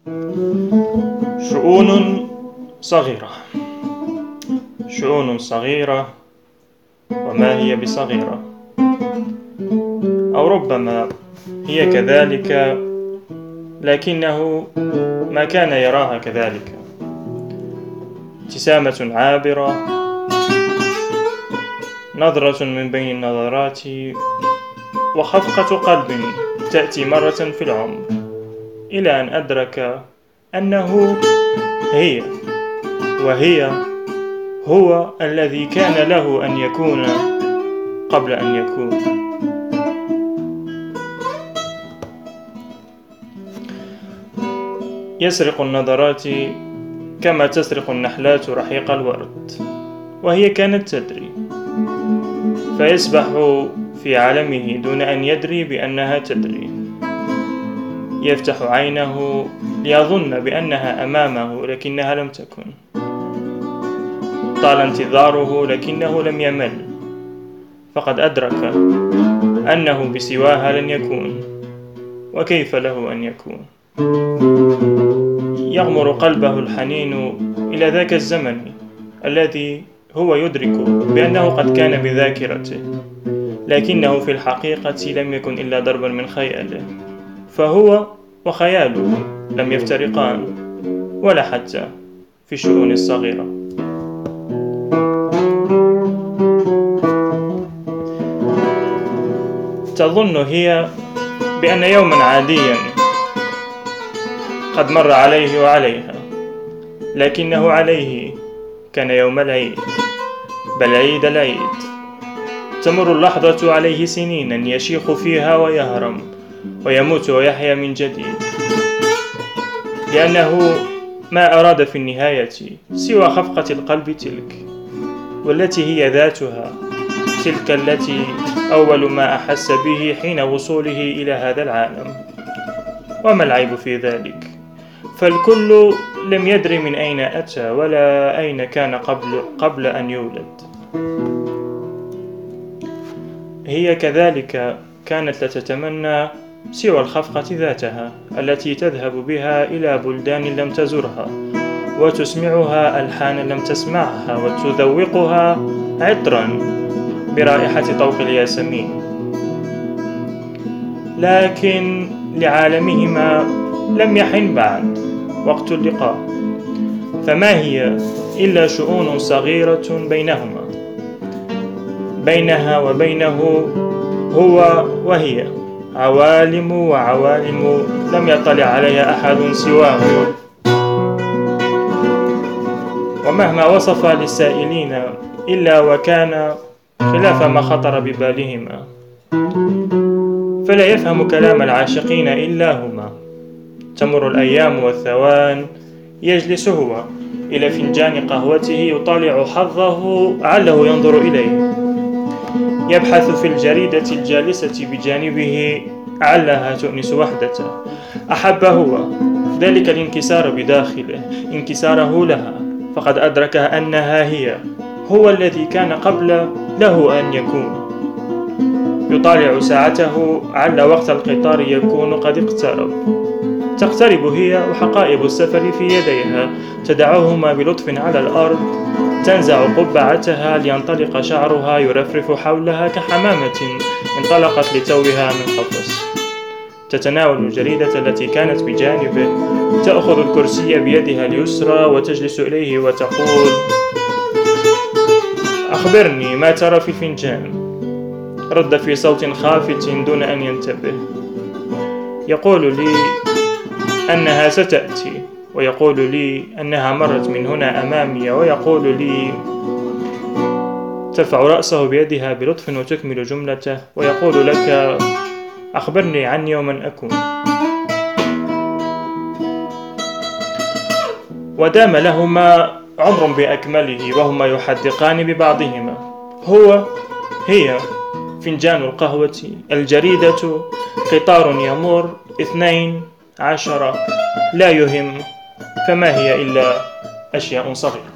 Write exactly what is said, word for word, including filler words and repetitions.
شؤون صغيرة. شؤون صغيرة، وما هي بصغيرة؟ أو ربما هي كذلك، لكنه ما كان يراها كذلك. ابتسامة عابرة، نظرة من بين النظرات، وخفقة قلب تأتي مرة في العمر، إلى أن أدرك أنه هي وهي هو الذي كان له أن يكون قبل أن يكون. يسرق النظرات كما تسرق النحلات رحيق الورد، وهي كانت تدري، فيسبح في عالمه دون أن يدري بأنها تدري. يفتح عينه ليظن بأنها أمامه، لكنها لم تكن. طال انتظاره لكنه لم يمل، فقد أدرك أنه بسواها لن يكون، وكيف له أن يكون؟ يغمر قلبه الحنين إلى ذاك الزمن الذي هو يدرك بأنه قد كان بذاكرته، لكنه في الحقيقة لم يكن إلا ضربا من خياله، فهو وخياله لم يفترقان ولا حتى في الشؤون الصغيرة. تظن هي بأن يوما عاديا قد مر عليه وعليها، لكنه عليه كان يوم العيد، بل عيد العيد. تمر اللحظة عليه سنينا يشيخ فيها ويهرم ويموت ويحيا من جديد، لأنه ما أراد في النهاية سوى خفقة القلب تلك، والتي هي ذاتها تلك التي أول ما أحس به حين وصوله إلى هذا العالم. وما العيب في ذلك؟ فالكل لم يدري من أين أتى ولا أين كان قبل, قبل أن يولد. هي كذلك كانت لا تتمنى سوى الخفقة ذاتها، التي تذهب بها إلى بلدان لم تزرها، وتسمعها ألحانا لم تسمعها، وتذوقها عطرا برائحة طوق الياسمين. لكن لعالمهما لم يحن بعد وقت اللقاء، فما هي إلا شؤون صغيرة بينهما، بينها وبينه هو وهي، عوالم وعوالم لم يطلع عليها أحد سواهما. ومهما وصف للسائلين إلا وكان خلاف ما خطر ببالهما، فلا يفهم كلام العاشقين إلا هما. تمر الأيام والثوان، يجلس هو إلى فنجان قهوته يطالع حظه عله ينظر إليه، يبحث في الجريدة الجالسة بجانبه علها تؤنس وحدته. أحب هو ذلك الانكسار بداخله، انكساره لها، فقد أدرك أنها هي، هو الذي كان قبل له أن يكون. يطالع ساعته عل وقت القطار يكون قد اقترب. تقترب هي وحقائب السفر في يديها، تدعهما بلطف على الأرض، تنزع قبعتها لينطلق شعرها يرفرف حولها كحمامة انطلقت لتوها من قفص. تتناول الجريدة التي كانت بجانبه، تأخذ الكرسي بيدها اليسرى وتجلس إليه وتقول: أخبرني ما ترى في الفنجان. رد في صوت خافت دون أن ينتبه: يقول لي أنها ستأتي، ويقول لي أنها مرت من هنا أمامي، ويقول لي. ترفع رأسه بيدها بلطف وتكمل جملته ويقول لك: أخبرني عني ومن أكون. ودام لهما عمر بأكمله وهما يحدقان ببعضهما، هو هي، فنجان القهوة، الجريدة، قطار يمر، اثنين عشر، لا يهم، فما هي إلا أشياء صغيرة.